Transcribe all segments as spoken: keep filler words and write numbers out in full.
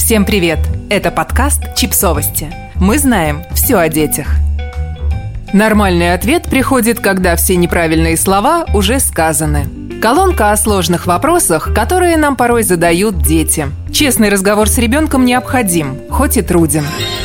Всем привет! Это подкаст «Чипсовости». Мы знаем все о детях. Нормальный ответ приходит, когда все неправильные слова уже сказаны. Колонка о сложных вопросах, которые нам порой задают дети. Честный разговор с ребенком необходим, хоть и труден.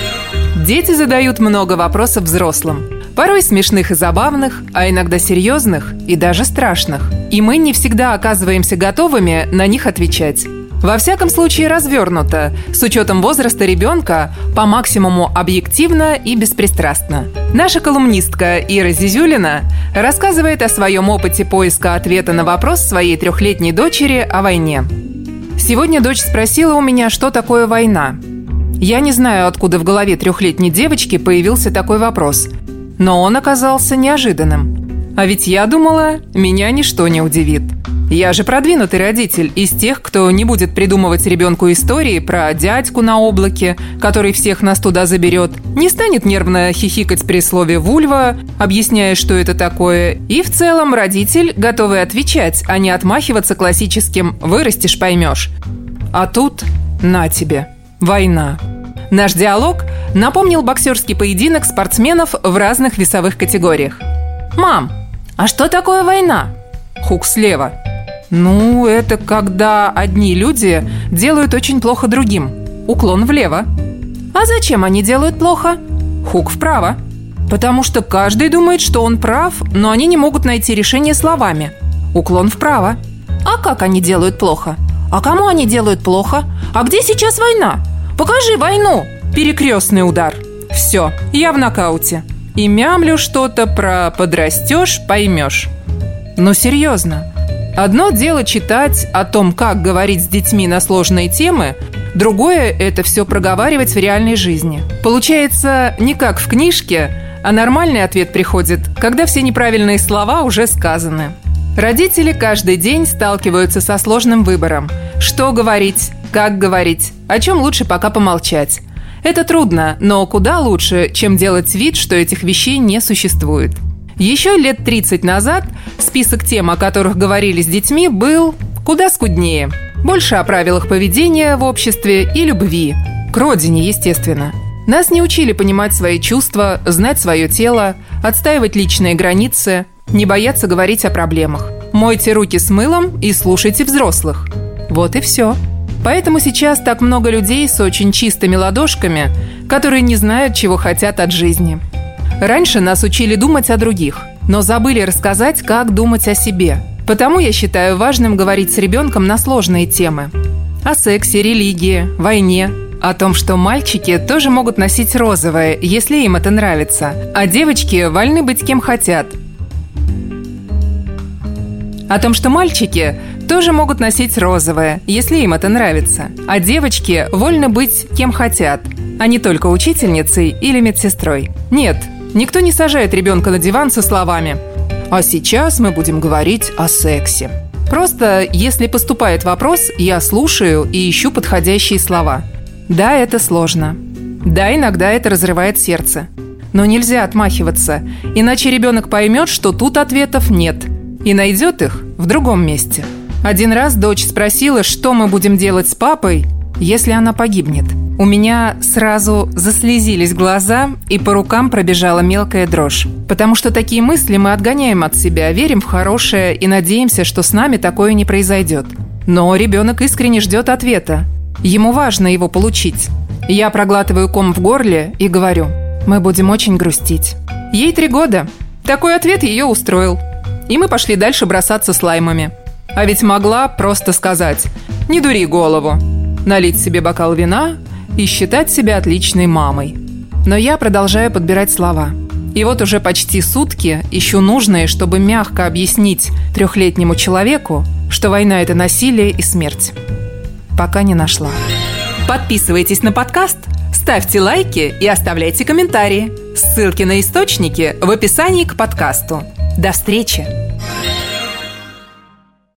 Дети задают много вопросов взрослым. Порой смешных и забавных, а иногда серьезных и даже страшных. И мы не всегда оказываемся готовыми на них отвечать. Во всяком случае развернуто, с учетом возраста ребенка, по максимуму объективно и беспристрастно. Наша колумнистка Ира Зизюлина рассказывает о своем опыте поиска ответа на вопрос своей трехлетней дочери о войне. Сегодня дочь спросила у меня, что такое война. Я не знаю, откуда в голове трехлетней девочки появился такой вопрос, но он оказался неожиданным. А ведь я думала, меня ничто не удивит. Я же продвинутый родитель из тех, кто не будет придумывать ребенку истории про дядьку на облаке, который всех нас туда заберет, не станет нервно хихикать при слове «вульва», объясняя, что это такое, и в целом родитель, готовый отвечать, а не отмахиваться классическим «вырастешь, поймешь». А тут на тебе, война. Наш диалог напомнил боксерский поединок спортсменов в разных весовых категориях. «Мам, а что такое война?» Хук слева. «Ну, это когда одни люди делают очень плохо другим. Уклон влево». «А зачем они делают плохо?» Хук вправо. «Потому что каждый думает, что он прав, но они не могут найти решение словами. Уклон вправо». «А как они делают плохо? А кому они делают плохо? А где сейчас война? Покажи войну!» Перекрестный удар. Все, я в нокауте. И мямлю что-то про «подрастешь, поймешь». Ну, серьезно. Одно дело читать о том, как говорить с детьми на сложные темы, другое – это все проговаривать в реальной жизни. Получается, не как в книжке, а нормальный ответ приходит, когда все неправильные слова уже сказаны. Родители каждый день сталкиваются со сложным выбором. Что говорить, как говорить, о чем лучше пока помолчать. Это трудно, но куда лучше, чем делать вид, что этих вещей не существует. Еще лет тридцать назад список тем, о которых говорили с детьми, был куда скуднее. Больше о правилах поведения в обществе и любви. К родине, естественно. Нас не учили понимать свои чувства, знать свое тело, отстаивать личные границы, не бояться говорить о проблемах. Мойте руки с мылом и слушайте взрослых. Вот и все. Поэтому сейчас так много людей с очень чистыми ладошками, которые не знают, чего хотят от жизни. Раньше нас учили думать о других, но забыли рассказать, как думать о себе. Потому я считаю важным говорить с ребенком на сложные темы. О сексе, религии, войне. О том, что мальчики тоже могут носить розовое, если им это нравится. А девочки вольны быть кем хотят. О том, что мальчики тоже могут носить розовое, если им это нравится. А девочки вольны быть кем хотят, а не только учительницей или медсестрой. Нет, никто не сажает ребенка на диван со словами «А сейчас мы будем говорить о сексе». Просто, если поступает вопрос, я слушаю и ищу подходящие слова. Да, это сложно. Да, иногда это разрывает сердце. Но нельзя отмахиваться, иначе ребенок поймет, что тут ответов нет, и найдет их в другом месте. Один раз дочь спросила, что мы будем делать с папой, если она погибнет. У меня сразу заслезились глаза, и по рукам пробежала мелкая дрожь. Потому что такие мысли мы отгоняем от себя, верим в хорошее и надеемся, что с нами такое не произойдет. Но ребенок искренне ждет ответа. Ему важно его получить. Я проглатываю ком в горле и говорю: мы будем очень грустить. Ей три года. Такой ответ ее устроил. И мы пошли дальше бросаться слаймами. А ведь могла просто сказать: не дури голову, налить себе бокал вина и считать себя отличной мамой. Но я продолжаю подбирать слова. И вот уже почти сутки ищу нужные, чтобы мягко объяснить трехлетнему человеку, что война – это насилие и смерть. Пока не нашла. Подписывайтесь на подкаст, ставьте лайки и оставляйте комментарии. Ссылки на источники в описании к подкасту. До встречи!